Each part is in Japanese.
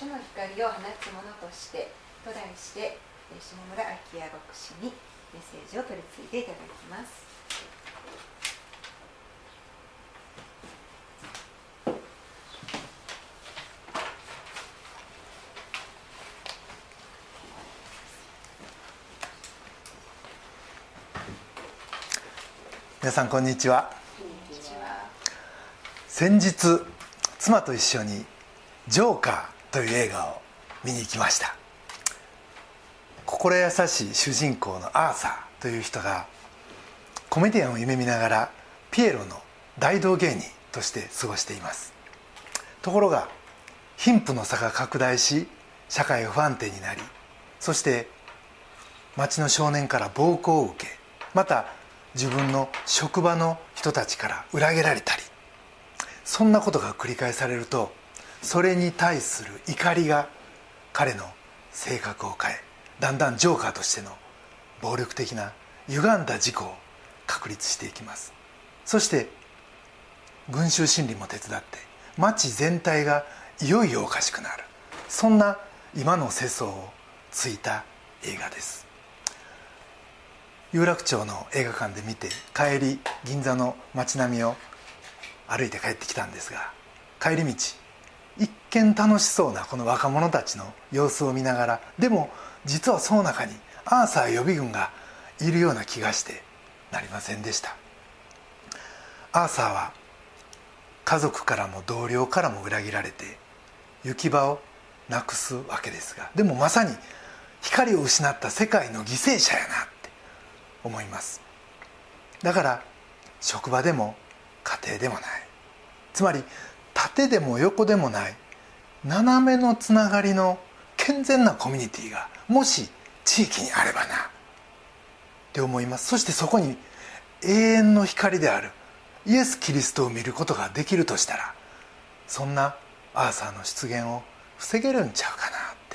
主の光を放つ者としてと題して、下村明也牧師にメッセージを取り次いでいただきます。 皆さんこんにちは。先日妻と一緒にジョーカーという映画を見に行きました。心優しい主人公のアーサーという人がコメディアンを夢見ながらピエロの大道芸人として過ごしています。ところが貧富の差が拡大し、社会が不安定になり、そして町の少年から暴行を受け、また自分の職場の人たちから裏切られたり、そんなことが繰り返されると、それに対する怒りが彼の性格を変え、だんだんジョーカーとしての暴力的な歪んだ自己を確立していきます。そして群衆心理も手伝って街全体がいよいよおかしくなる、そんな今の世相をついた映画です。有楽町の映画館で見て、帰り銀座の街並みを歩いて帰ってきたんですが、帰り道一見楽しそうなこの若者たちの様子を見ながら、でも実はその中にアーサー予備軍がいるような気がしてなりませんでした。アーサーは家族からも同僚からも裏切られて行き場をなくすわけですが、でもまさに光を失った世界の犠牲者やなって思います。だから職場でも家庭でもない、つまり縦でも横でもない斜めのつながりの健全なコミュニティがもし地域にあればなって思います。そしてそこに永遠の光であるイエス・キリストを見ることができるとしたら、そんなアーサーの出現を防げるんちゃうかなって。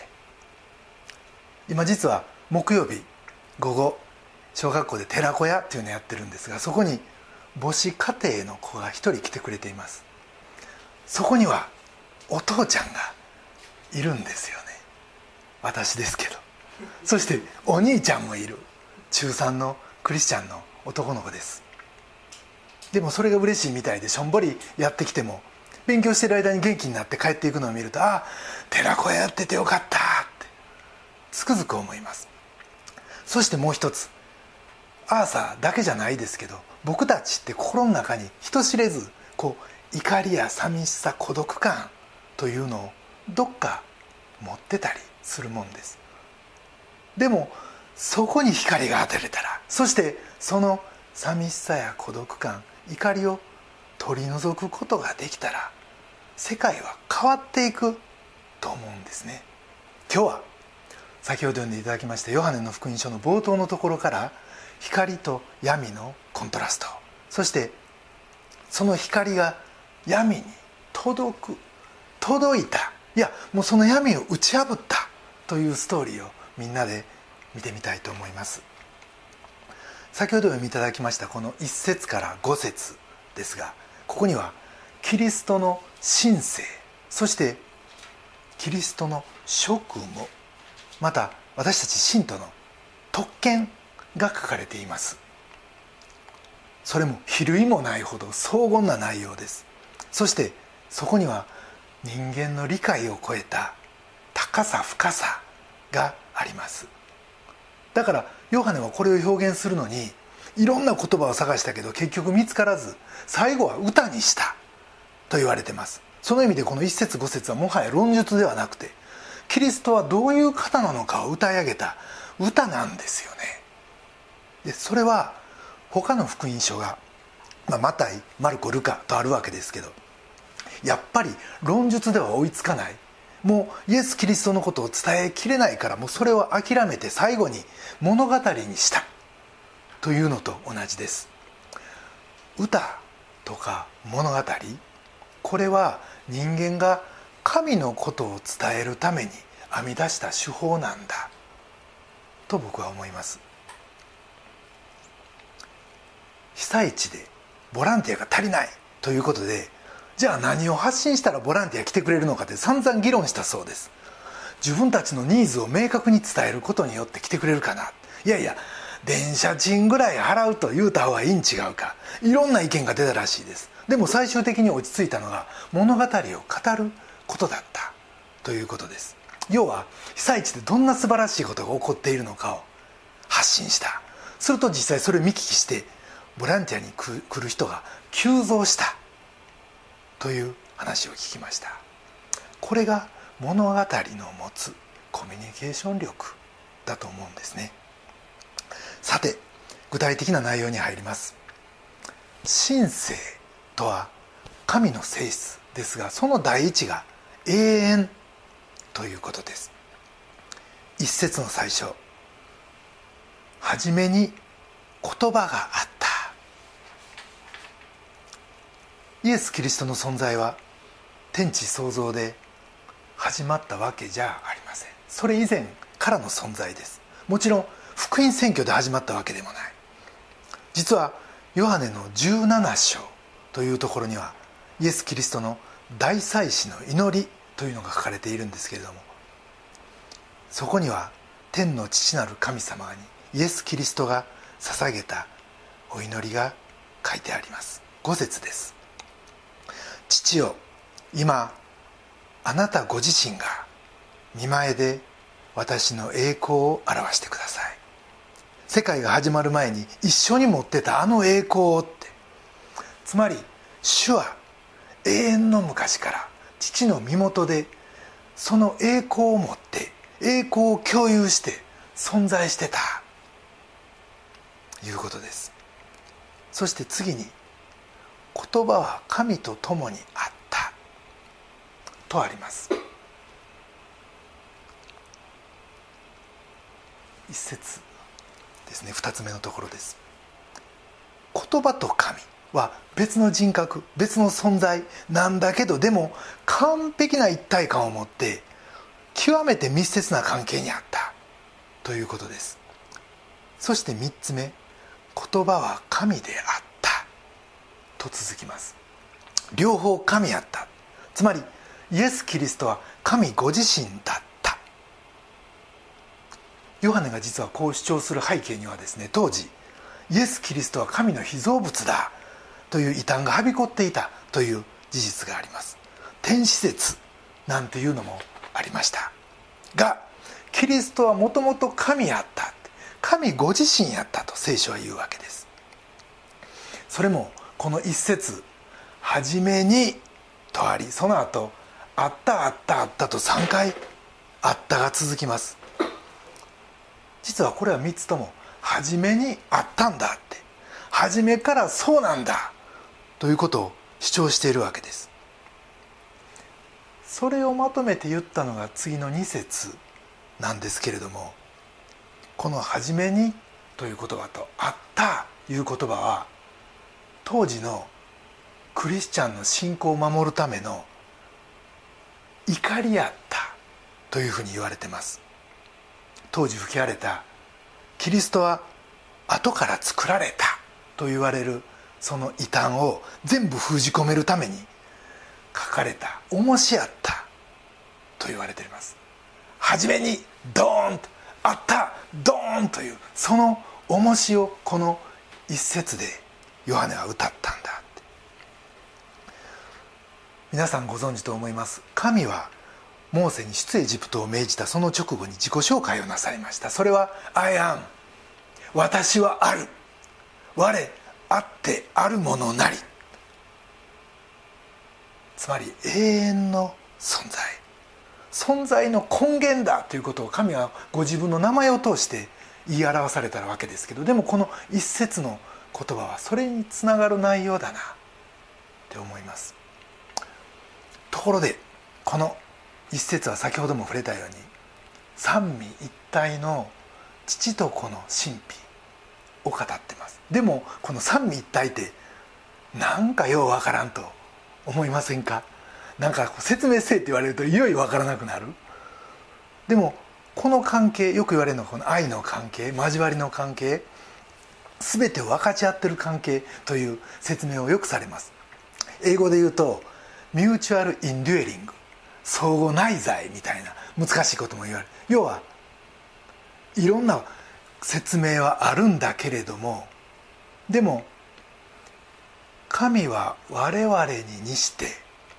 今実は木曜日午後、小学校で寺子屋っていうのをやってるんですが、そこに母子家庭の子が一人来てくれています。そこにはお父ちゃんがいるんですよね。私ですけど。そしてお兄ちゃんもいる中3のクリスチャンの男の子です。でもそれが嬉しいみたいで、しょんぼりやってきても勉強してる間に元気になって帰っていくのを見ると、ああ寺子屋やっててよかったってつくづく思います。そしてもう一つ、アーサーだけじゃないですけど、僕たちって心の中に人知れず怒りや寂しさ、孤独感というのをどっか持ってたりするもんです。でもそこに光が当てれたら、そしてその寂しさや孤独感、怒りを取り除くことができたら、世界は変わっていくと思うんですね。今日は先ほど読んでいただきましたヨハネの福音書の冒頭のところから、光と闇のコントラスト、そしてその光が闇に届いた、いやもうその闇を打ち破ったというストーリーをみんなで見てみたいと思います。先ほどお読みいただきましたこの1節から5節ですが、ここにはキリストの神性、そしてキリストの職務、また私たち信徒の特権が書かれています。それも比類もないほど荘厳な内容です。そしてそこには人間の理解を超えた高さ深さがあります。だからヨハネはこれを表現するのにいろんな言葉を探したけど結局見つからず、最後は歌にしたと言われています。その意味でこの1節5節はもはや論述ではなくて、キリストはどういう方なのかを歌い上げた歌なんですよね。でそれは他の福音書が、マタイ、マルコ、ルカとあるわけですけど、やっぱり論述では追いつかない、もうイエス・キリストのことを伝えきれないから、もうそれを諦めて最後に物語にしたというのと同じです。歌とか物語、これは人間が神のことを伝えるために編み出した手法なんだと僕は思います。被災地でボランティアが足りないということでじゃあ何を発信したらボランティア来てくれるのかって散々議論したそうです。自分たちのニーズを明確に伝えることによって来てくれるかな、いやいや電車賃ぐらい払うと言うた方がいいん違うか、いろんな意見が出たらしいです。でも最終的に落ち着いたのが物語を語ることだったということです。要は被災地でどんな素晴らしいことが起こっているのかを発信した。すると実際それを見聞きしてボランティアに来る人が急増したという話を聞きました。これが物語の持つコミュニケーション力だと思うんですね。さて具体的な内容に入ります。神性とは神の性質ですが、その第一が永遠ということです。一節の最初、はじめに言葉があった。イエス・キリストの存在は天地創造で始まったわけじゃありません。それ以前からの存在です。もちろん福音宣教で始まったわけでもない。実はヨハネの17章というところにはイエス・キリストの大祭司の祈りというのが書かれているんですけれども、そこには天の父なる神様にイエス・キリストが捧げたお祈りが書いてあります。5節です。父よ、今あなたご自身が御前で私の栄光を表してください。世界が始まる前に一緒に持ってたあの栄光をって、つまり主は永遠の昔から父の身元でその栄光を持って栄光を共有して存在してたということです。そして次に言葉は神と共にあったとあります。一節ですね、二つ目のところです。言葉と神は別の人格、別の存在なんだけど、でも完璧な一体感を持って極めて密接な関係にあったということです。そして三つ目、言葉は神であったと続きます。両方神やった、つまりイエス・キリストは神ご自身だった。ヨハネが実はこう主張する背景にはですね、当時イエス・キリストは神の被造物だという異端がはびこっていたという事実があります。天使説なんていうのもありましたが、キリストはもともと神やった、神ご自身やったと聖書は言うわけです。それもこの一節、はじめにとあり、その後あったあったあったと3回あったが続きます。実はこれは3つともはじめにあったんだって、はじめからそうなんだということを主張しているわけです。それをまとめて言ったのが次の2節なんですけれども、このはじめにという言葉とあったという言葉は当時のクリスチャンの信仰を守るための怒りやったというふうに言われています。当時吹き荒れたキリストは後から作られたと言われるその異端を全部封じ込めるために書かれた重しやったと言われています。はじめにドーンとあったドーンというその重しをこの一節でヨハネは歌ったんだって。皆さんご存知と思います。神はモーセに出エジプトを命じたその直後に自己紹介をなさいました。それは I am、 私はある、我あってあるものなり、つまり永遠の存在の根源だということを神はご自分の名前を通して言い表されたわけですけど、でもこの一節の言葉はそれにつながる内容だなって思います。ところでこの一節は先ほども触れたように三位一体の父と子の神秘を語ってます。でもこの三位一体ってなんかようわからんと思いませんか？なんか説明せえって言われるといよいよわからなくなる。でもこの関係、よく言われるのはこの愛の関係、交わりの関係、全てを分かち合ってる関係という説明をよくされます。英語で言うとミューチュアルインデュエリング、相互内在みたいな難しいことも言われる。要はいろんな説明はあるんだけれども、でも神は我々に似して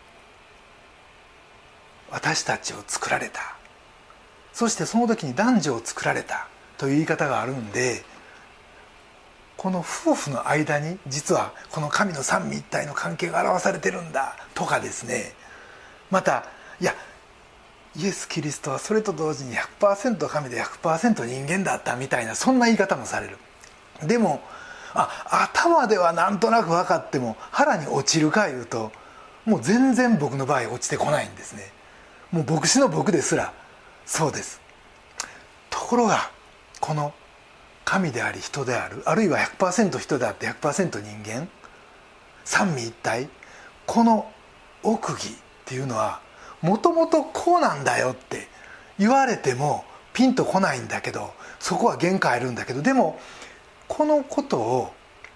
私たちを作られた、そしてその時に男女を作られたという言い方があるんで、この夫婦の間に実はこの神の三位一体の関係が表されてるんだとかですね、またいやイエス・キリストはそれと同時に 100% 神で 100% 人間だったみたいな、そんな言い方もされる。でも頭ではなんとなく分かっても腹に落ちるかいうと、もう全然僕の場合落ちてこないんですね。もう牧師の僕ですらそうです。ところがこの神であり人である、あるいは 100% 人であって 100% 人間、三位一体、この奥義っていうのはもともとこうなんだよって言われてもピンとこないんだけど、そこは限界あるんだけど、でもこのことを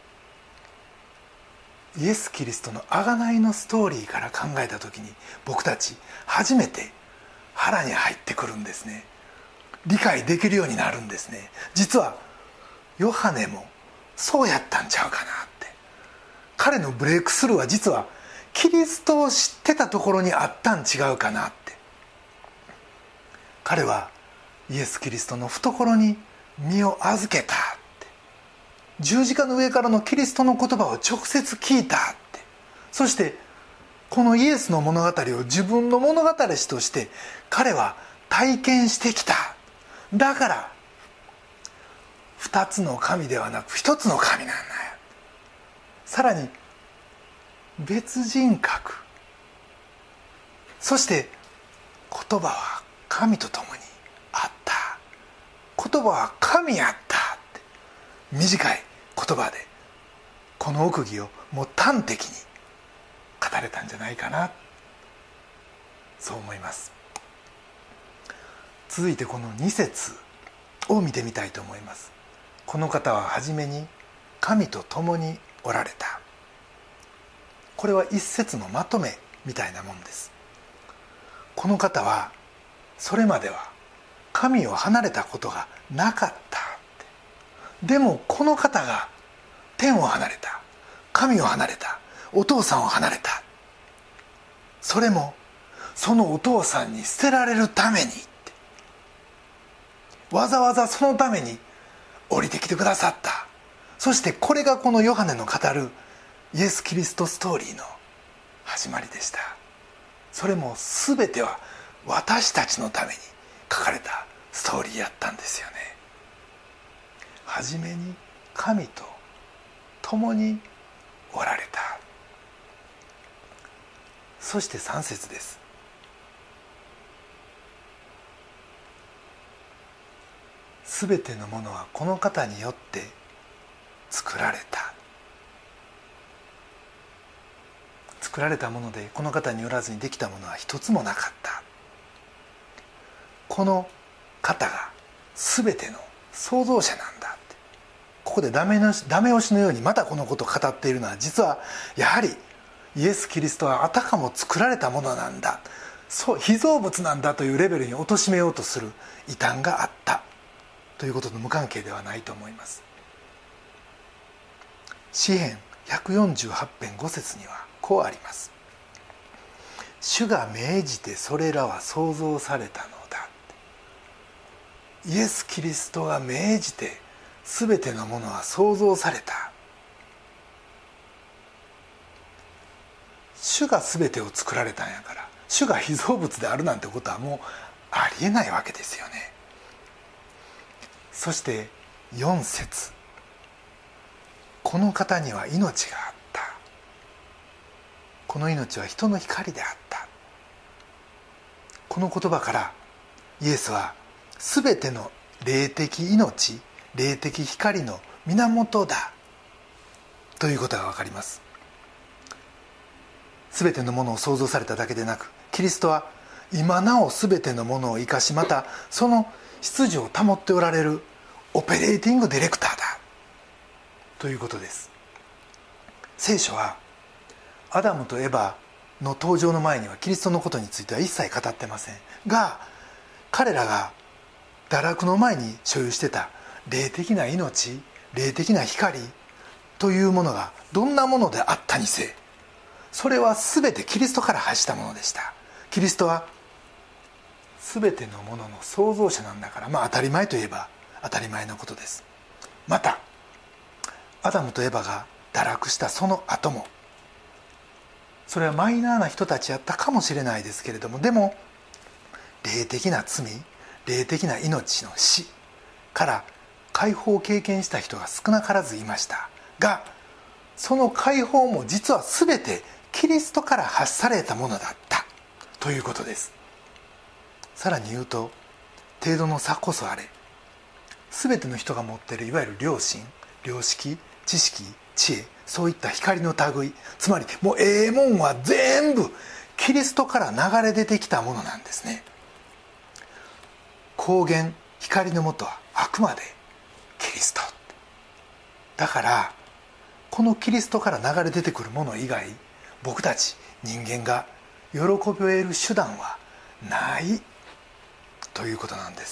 イエス・キリストの贖いのストーリーから考えた時に、僕たち初めて腹に入ってくるんですね。理解できるようになるんですね。実はヨハネもそうやったんちゃうかなって。彼のブレイクスルーは実はキリストを知ってたところにあったん違うかなって。彼はイエス・キリストの懐に身を預けたって、十字架の上からのキリストの言葉を直接聞いたって、そしてこのイエスの物語を自分の物語として彼は体験してきた。だから二つの神ではなく一つの神なんだよ。さらに別人格、そして言葉は神と共にあった、言葉は神やったって、短い言葉でこの奥義をもう端的に語れたんじゃないかな、そう思います。続いてこの2節を見てみたいと思います。この方は初めに神と共におられた。これは一節のまとめみたいなもんです。この方はそれまでは神を離れたことがなかった。でもこの方が天を離れた、神を離れた、お父さんを離れた、それもそのお父さんに捨てられるためにって、わざわざそのために降りてきてくださった。そしてこれがこのヨハネの語るイエス・キリストストーリーの始まりでした。それも全ては私たちのために書かれたストーリーやったんですよね。はじめに神と共におられた。そして3節です。すべてのものはこの方によって作られた。作られたものでこの方によらずにできたものは一つもなかった。この方がすべての創造者なんだって。ここでダメ押しのようにまたこのことを語っているのは、実はやはりイエス・キリストはあたかも作られたものなんだ、そう被造物なんだというレベルに貶めようとする異端があったということと無関係ではないと思います。詩編148編5節にはこうあります。主が命じてそれらは創造されたのだ。イエス・キリストが命じて全てのものは創造された。主が全てを作られたんやから、主が被造物であるなんてことはもうありえないわけですよね。そして4節、この方には命があった。この命は人の光であった。この言葉からイエスは全ての霊的命、霊的光の源だということが分かります。全てのものを創造されただけでなく、キリストは今なお全てのものを生かし、またその秩序を保っておられるオペレーティングディレクターだということです。聖書はアダムとエバの登場の前にはキリストのことについては一切語ってませんが、彼らが堕落の前に所有してた霊的な命、霊的な光というものがどんなものであったにせ、それは全てキリストから発したものでした。キリストは全てのものの創造者なんだから、当たり前といえば当たり前のことです。またアダムとエバが堕落したその後も、それはマイナーな人たちやったかもしれないですけれども、でも霊的な罪、霊的な命の死から解放を経験した人が少なからずいましたが、その解放も実は全てキリストから発されたものだったということです。さらに言うと、程度の差こそあれ、全ての人が持っているいわゆる良心、良識、知識、知恵、そういった光の類、つまりもうもんは全部キリストから流れ出てきたものなんですね。光源、光のもとはあくまでキリストだから、このキリストから流れ出てくるもの以外、僕たち人間が喜びを得る手段はないということなんです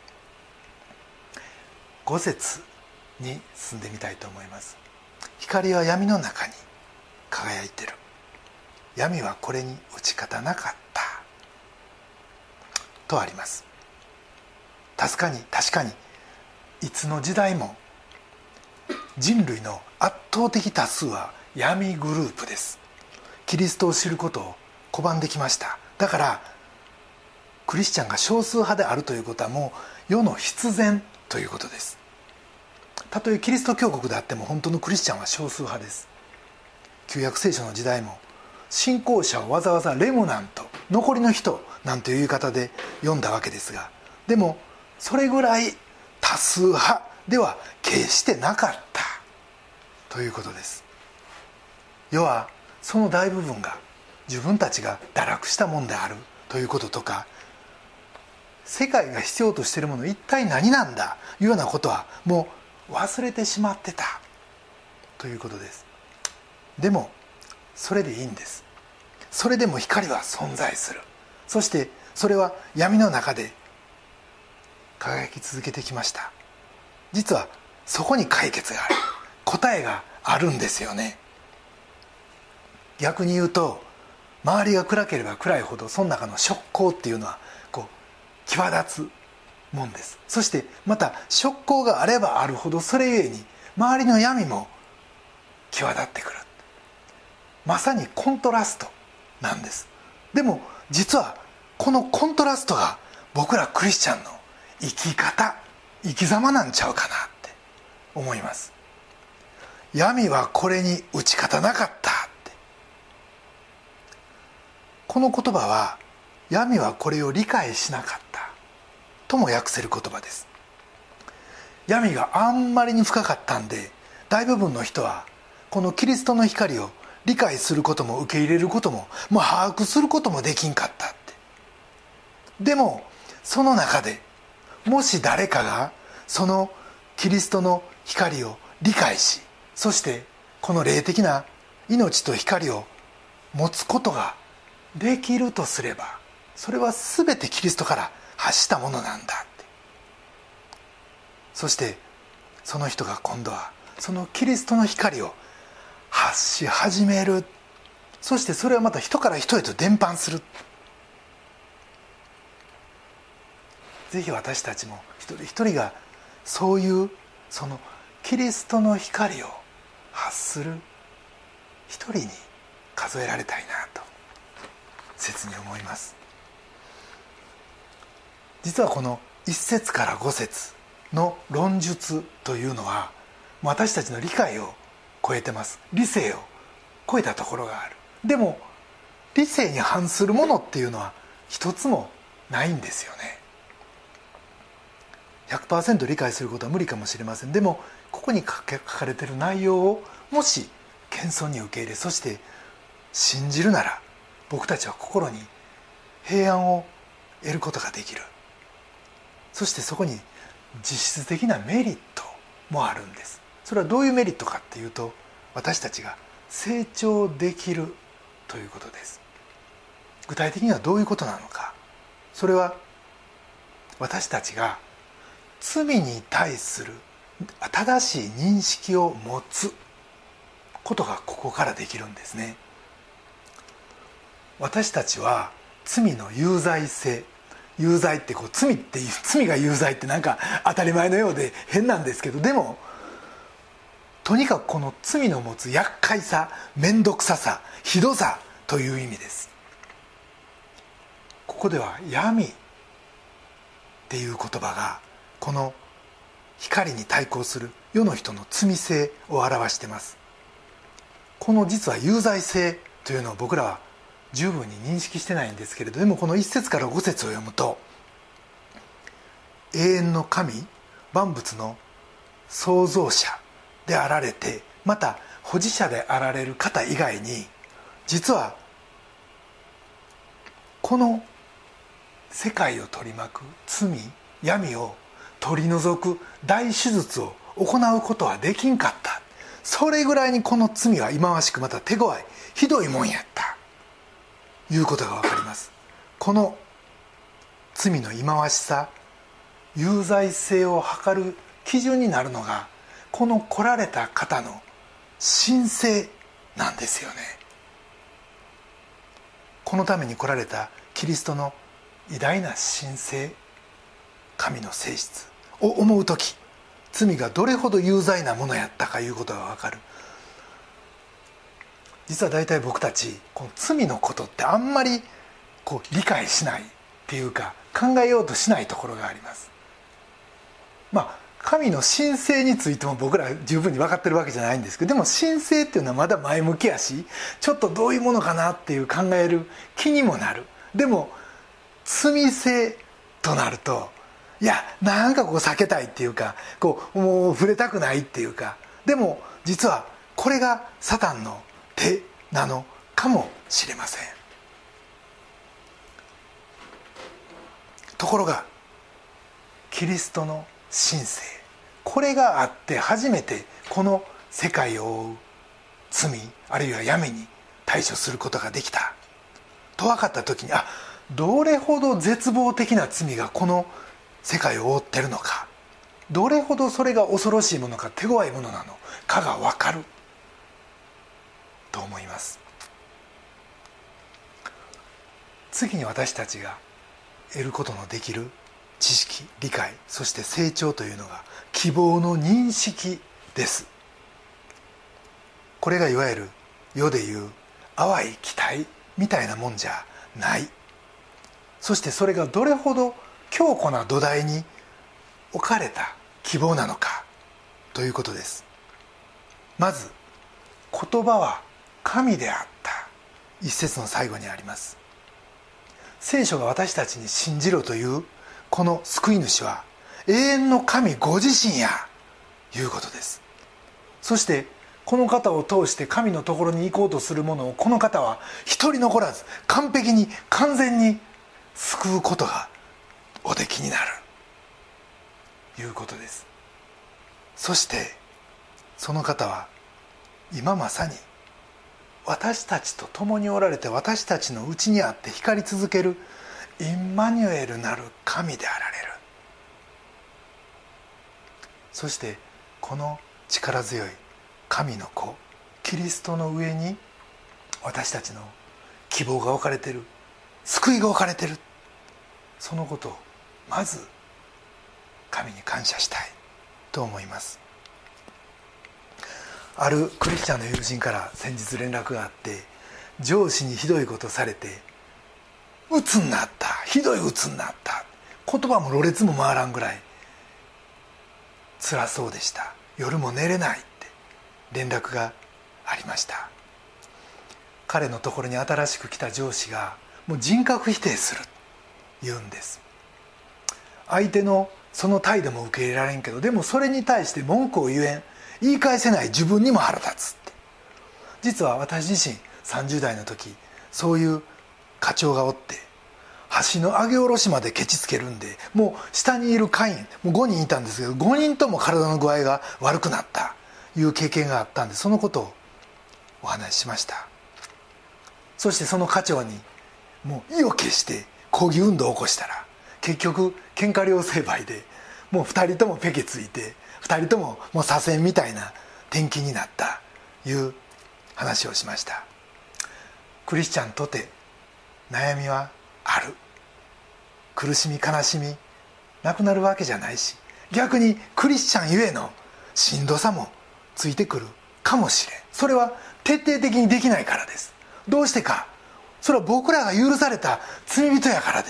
。5節に進んでみたいと思います。光は闇の中に輝いてる。闇はこれに打ち勝たなかったとあります。確かにいつの時代も人類の圧倒的多数は闇グループです。キリストを知ることを拒んできました。だからクリスチャンが少数派であるということはもう世の必然ということです。たとえキリスト教国であっても本当のクリスチャンは少数派です。旧約聖書の時代も信仰者をわざわざレムナント、残りの人なんていう言い方で読んだわけですが、でもそれぐらい多数派では決してなかったということです。世はその大部分が自分たちが堕落したもんであるということとか、世界が必要としているもの一体何なんだいうようなことはもう忘れてしまってたということです。でもそれでいいんです。それでも光は存在する。そしてそれは闇の中で輝き続けてきました。実はそこに解決がある、答えがあるんですよね。逆に言うと、周りが暗ければ暗いほどその中の色光っていうのは際立つもんです。そしてまた色光があればあるほどそれゆえに周りの闇も際立ってくる。まさにコントラストなんです。でも実はこのコントラストが僕らクリスチャンの生き方、生き様なんちゃうかなって思います。闇はこれに打ち勝たなかったって、この言葉は闇はこれを理解しなかったとも訳せる言葉です。闇があんまりに深かったんで、大部分の人はこのキリストの光を理解することも受け入れることも、把握することもできんかったって。でもその中でもし誰かがそのキリストの光を理解し、そしてこの霊的な命と光を持つことができるとすれば、それは全てキリストから発したものなんだって。そしてその人が今度はそのキリストの光を発し始める。そしてそれをまた人から人へと伝播する。ぜひ私たちも一人一人がそういうそのキリストの光を発する一人に数えられたいなと切に思います。実はこの1節から5節の論述というのは私たちの理解を超えてます。理性を超えたところがある。でも理性に反するものっていうのは一つもないんですよね。100% 理解することは無理かもしれません。でもここに書かれている内容をもし謙遜に受け入れ、そして信じるなら、僕たちは心に平安を得ることができる。そしてそこに実質的なメリットもあるんです。それはどういうメリットかっていうと、私たちが成長できるということです。 具体的にはどういうことなのか。それは私たちが罪に対する正しい認識を持つことがここからできるんですね。私たちは罪の有罪性、有罪って罪っていう、罪が有罪ってなんか当たり前のようで変なんですけど、でもとにかくこの罪の持つ厄介さ、面倒くささ、ひどさという意味です。ここでは闇っていう言葉がこの光に対抗する世の人の罪性を表しています。この実は有罪性というのを僕らは十分に認識してないんですけれど、でもこの1節から5節を読むと、永遠の神、万物の創造者であられて、また保持者であられる方以外に、実はこの世界を取り巻く罪、闇を取り除く大手術を行うことはできんかった。それぐらいにこの罪は忌まわしく、また手強い、ひどいもんやったいうことが分かります。この罪の忌まわしさ、有罪性を測る基準になるのがこの来られた方の神性なんですよね。このために来られたキリストの偉大な神性、神の性質を思うとき、罪がどれほど有罪なものやったかいうことが分かる。実は大体僕たちこの罪のことってあんまり理解しないっていうか、考えようとしないところがあります。神の神性についても僕ら十分に分かってるわけじゃないんですけど、でも神性っていうのはまだ前向きやし、ちょっとどういうものかなっていう考える気にもなる。でも罪性となると、いやなんか避けたいっていうか、もう触れたくないっていうか、でも実はこれがサタンの手なのかもしれません。ところがキリストの神性、これがあって初めてこの世界を覆う罪、あるいは闇に対処することができたと分かった時に、どれほど絶望的な罪がこの世界を覆ってるのか、どれほどそれが恐ろしいものか、手強いものなのかが分かると思います。次に私たちが得ることのできる知識、理解、そして成長というのが希望の認識です。これがいわゆる世でいう淡い期待みたいなもんじゃない。そしてそれがどれほど強固な土台に置かれた希望なのかということです。まず言葉は神であった一節の最後にあります。聖書が私たちに信じろというこの救い主は永遠の神ご自身やいうことです。そしてこの方を通して神のところに行こうとする者をこの方は一人残らず完璧に完全に救うことがおできになるいうことです。そしてその方は今まさに私たちと共におられて、私たちのうちにあって光り続けるインマニュエルなる神であられる。そしてこの力強い神の子キリストの上に私たちの希望が置かれている、救いが置かれている、そのことをまず神に感謝したいと思います。あるクリスチャンの友人から先日連絡があって、上司にひどいことされて鬱になった、ひどい鬱になった、言葉もろれつも回らんぐらい辛そうでした。夜も寝れないって連絡がありました。彼のところに新しく来た上司がもう人格否定する言うんです。相手のその態度も受け入れられんけど、でもそれに対して文句を言い返せない自分にも腹立つって。実は私自身30代の時そういう課長がおって、橋の上げ下ろしまでケチつけるんで、もう下にいる課員もう5人いたんですけど、5人とも体の具合が悪くなったいう経験があったんで、そのことをお話ししました。そしてその課長にもう意を決して抗議運動を起こしたら結局喧嘩両成敗でもう2人ともペケついて2人とももう左遷みたいな転勤になったいう話をしました。クリスチャンとて悩みはある。苦しみ悲しみなくなるわけじゃないし、逆にクリスチャンゆえのしんどさもついてくるかもしれん。それは徹底的にできないからです。どうしてか、それは僕らが許された罪人やからです。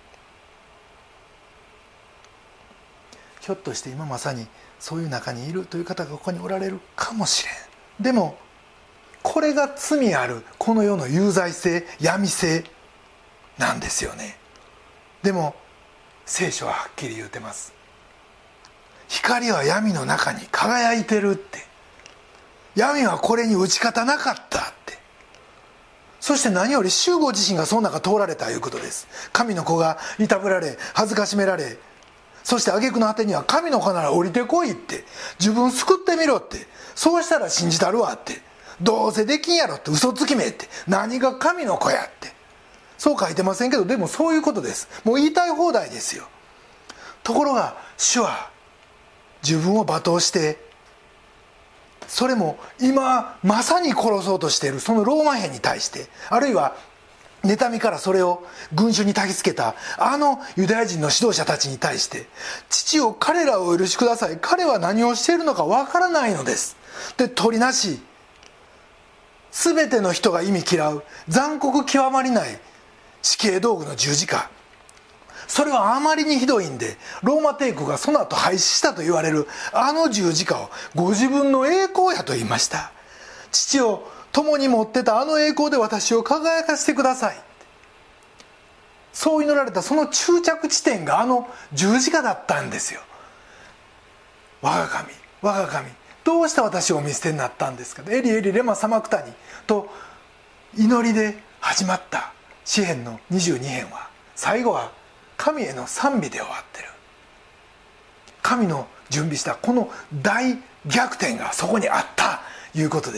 ひょっとして今まさにそういう中にいるという方がここにおられるかもしれん。でもこれが罪あるこの世の有罪性、闇性なんですよね。でも聖書ははっきり言うてます。光は闇の中に輝いてるって。闇はこれに打ち勝たなかったって。そして何より主ご自身がその中通られたということです。神の子がいたぶられ恥ずかしめられ、そして挙句の果てには神の子なら降りてこいって、自分救ってみろって、そうしたら信じたるわって、どうせできんやろって嘘つきめって、何が神の子やって、そう書いてませんけど、でもそういうことです。もう言いたい放題ですよ。ところが主は自分を罵倒して、それも今まさに殺そうとしているそのローマ兵に対して、あるいは妬みからそれを群衆に焚きつけたあのユダヤ人の指導者たちに対して、父を彼らをお許しください、彼は何をしているのかわからないのですで、取りなし、全ての人が忌み嫌う残酷極まりない死刑道具の十字架、それはあまりにひどいんで、ローマ帝国がその後廃止したと言われるあの十字架をご自分の栄光やと言いました。父を共に持ってたあの栄光で私を輝かせてください、そう祈られたその終着地点があの十字架だったんですよ。我が神我が神、どうして私をお見捨てになったんですか、エリエリレマサマクタニと祈りで始まった詩編の22編は、最後は神への賛美で終わってる。神の準備したこの大逆転がそこにあったということです。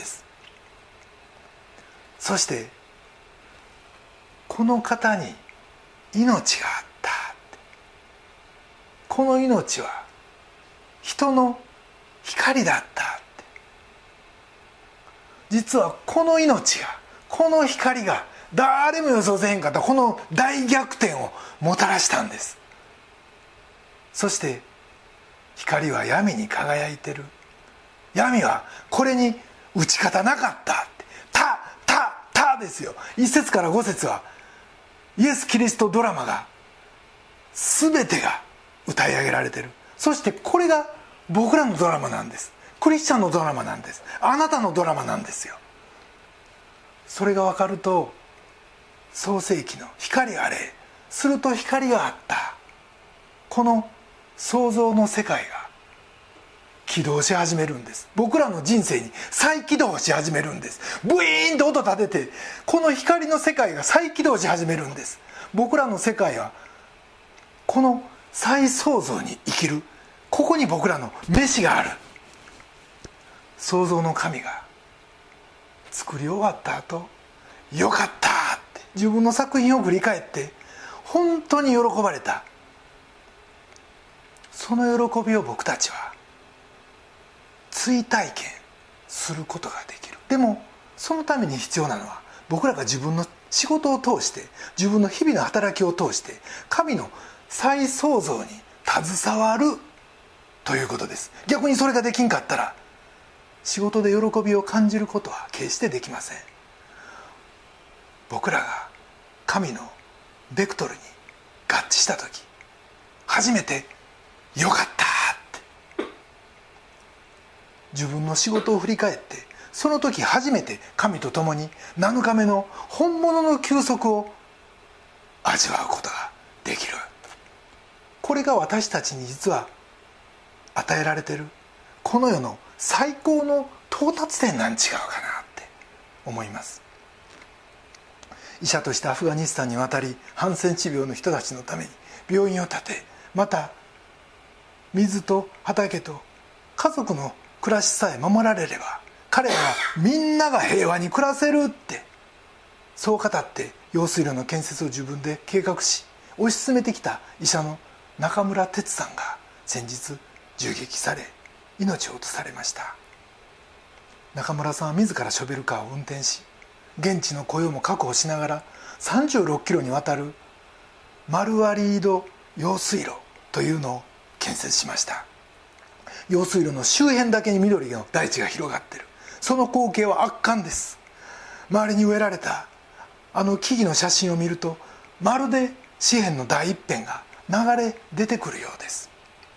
そしてこの方に命があった、この命は人の光だったって。実はこの命が、この光が誰も予想せへんかったこの大逆転をもたらしたんです。そして光は闇に輝いてる、闇はこれに打ち勝たなかったって、たですよ。1節から5節はイエス・キリストドラマが全てが歌い上げられてる。そしてこれが僕らのドラマなんです。クリスチャンのドラマなんです。あなたのドラマなんですよ。それが分かると、創世記の光あれ、すると光があった、この創造の世界が起動し始めるんです。僕らの人生に再起動し始めるんです。ブイーンと音立てて、この光の世界が再起動し始めるんです。僕らの世界はこの再創造に生きる、ここに僕らの飯がある。創造の神が作り終わった後、よかったって自分の作品を振り返って本当に喜ばれた。その喜びを僕たちは追体験することができる。でもそのために必要なのは、僕らが自分の仕事を通して、自分の日々の働きを通して神の再創造に携わるということです。逆にそれができんかったら、仕事で喜びを感じることは決してできません。僕らが神のベクトルに合致した時、初めてよかったって自分の仕事を振り返って、その時初めて神と共に7日目の本物の休息を味わうことができる。これが私たちに実は与えられているこの世の最高の到達点なん違うかなって思います。医者としてアフガニスタンに渡り、ハンセン治療の人たちのために病院を建て、また水と畑と家族の暮らしさえ守られれば、彼らはみんなが平和に暮らせるって、そう語って用水路の建設を自分で計画し推し進めてきた医者の中村哲さんが先日銃撃され命を落とされました。中村さんは自らショベルカーを運転し、現地の雇用も確保しながら36キロにわたるマルワリード用水路というのを建設しました。用水路の周辺だけに緑の大地が広がっている。その光景は圧巻です。周りに植えられたあの木々の写真を見ると、まるで詩篇の第一編が流れ出てくるようです。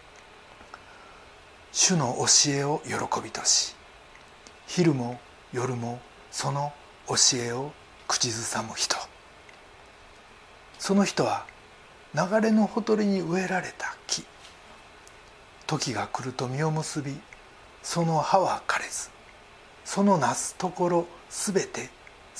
主の教えを喜びとし、昼も夜もその教えを口ずさむ人、その人は流れのほとりに植えられた木。時が来ると実を結び、その葉は枯れず、そのなすところすべて栄える。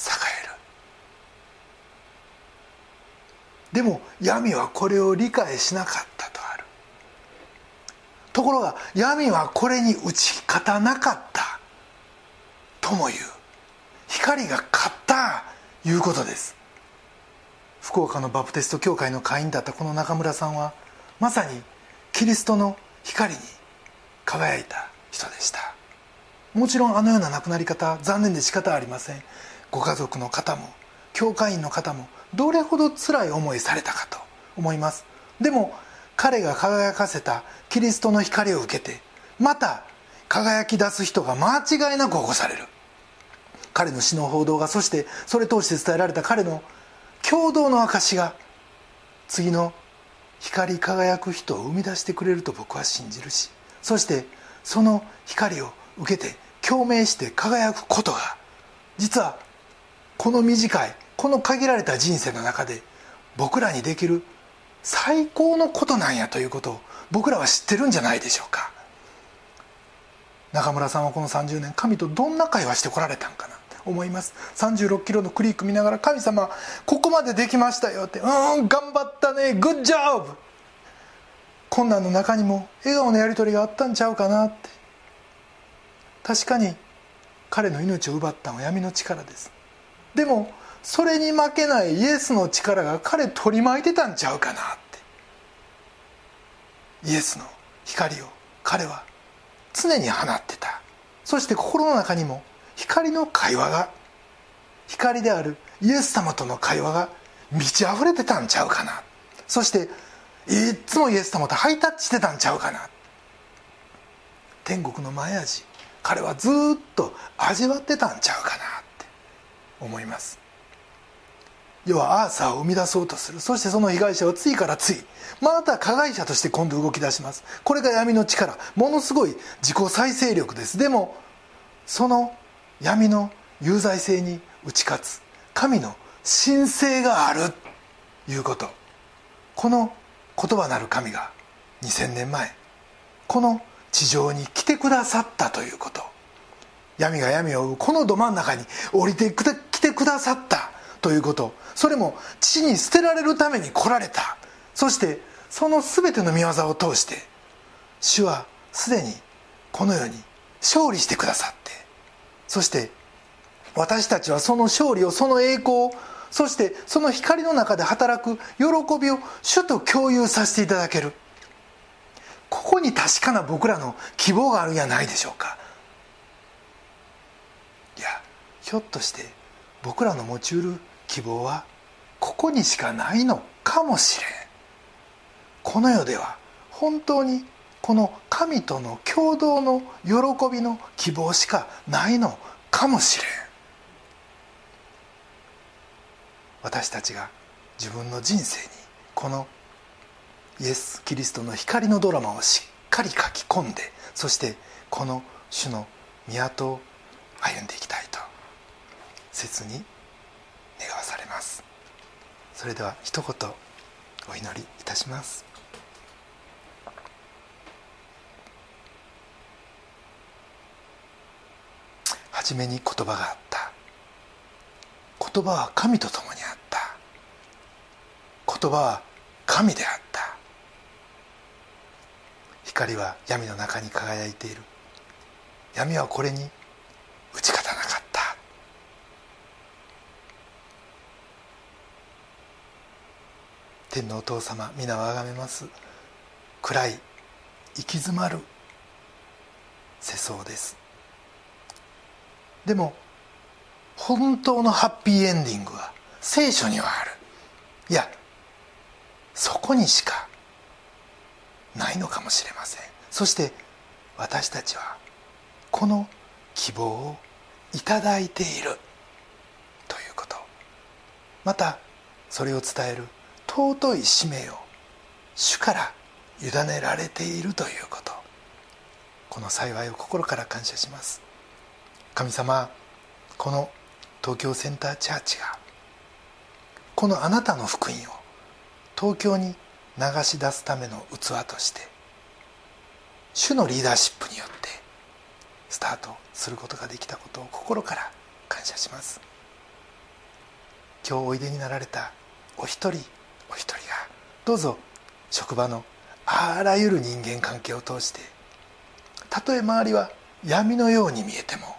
でも闇はこれを理解しなかったとある。ところが闇はこれに打ち勝たなかったともいう、光が勝ったいうことです。福岡のバプテスト教会の会員だったこの中村さんは、まさにキリストの光に輝いた人でした。もちろんあのような亡くなり方、残念で仕方ありません。ご家族の方も教会員の方もどれほど辛い思いされたかと思います。でも彼が輝かせたキリストの光を受けて、また輝き出す人が間違いなく起こされる。彼の死の報道が、そしてそれ通して伝えられた彼の共同の証が、次の光り輝く人を生み出してくれると僕は信じるし、そしてその光を受けて共鳴して輝くことが、実はこの短い、この限られた人生の中で僕らにできる最高のことなんやということを僕らは知ってるんじゃないでしょうか。中村さんはこの30年、神とどんな会話してこられたんかなって思います。36キロのクリーク見ながら、神様ここまでできましたよって、頑張ったね、グッジョブ。困難の中にも笑顔のやり取りがあったんちゃうかなって。確かに彼の命を奪ったのは闇の力です。でもそれに負けないイエスの力が彼取り巻いてたんちゃうかなって。イエスの光を彼は常に放ってた。そして心の中にも光の会話が、光であるイエス様との会話が満ち溢れてたんちゃうかな。そしていつもイエス様とハイタッチしてたんちゃうかな。天国の前味、彼はずっと味わってたんちゃうかなって思います。要はアーサーを生み出そうとする。そしてその被害者は次から次、また加害者として今度動き出します。これが闇の力、ものすごい自己再生力です。でもその闇の有罪性に打ち勝つ神の神性があるということ、この言葉なる神が2000年前この地上に来てくださったということ、闇が闇を追うこのど真ん中に降りてきてくださったということ、それも地に捨てられるために来られた。そしてその全ての御業を通して主はすでにこの世に勝利してくださって、そして私たちはその勝利を、その栄光を、そしてその光の中で働く喜びを主と共有させていただける。ここに確かな僕らの希望があるんじゃないでしょうか。いや、ひょっとして僕らの持ちうる希望はここにしかないのかもしれん。この世では本当にこの神との共同の喜びの希望しかないのかもしれん。私たちが自分の人生にこのイエス・キリストの光のドラマをしっかり書き込んで、そしてこの主の宮を歩んでいきたいと切に願わされます。それでは一言お祈りいたします。はじめに言葉があった。言葉は神と共にあった。言葉は神であった。光は闇の中に輝いている。闇はこれに打ち勝たなかった。 天のお父様、皆をあがめます。暗い行き詰まる世相です。でも本当のハッピーエンディングは聖書にはある。いや、そこにしかないのかもしれません。そして私たちはこの希望をいただいているということ、またそれを伝える尊い使命を主から委ねられているということ、この幸いを心から感謝します。神様、この東京センターチャーチがこのあなたの福音を東京に流し出すための器として主のリーダーシップによってスタートすることができたことを心から感謝します。今日おいでになられたお一人お一人がどうぞ職場のあらゆる人間関係を通して、たとえ周りは闇のように見えても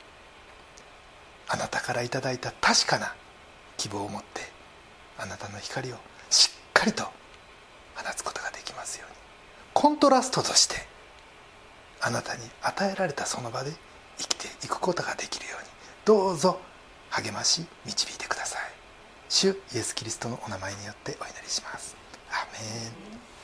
あなたからいただいた確かな希望を持ってあなたの光をしっかりと放つことができますように、コントラストとしてあなたに与えられたその場で生きていくことができるように、どうぞ励まし導いてください。主イエスキリストのお名前によってお祈りします。アーメン。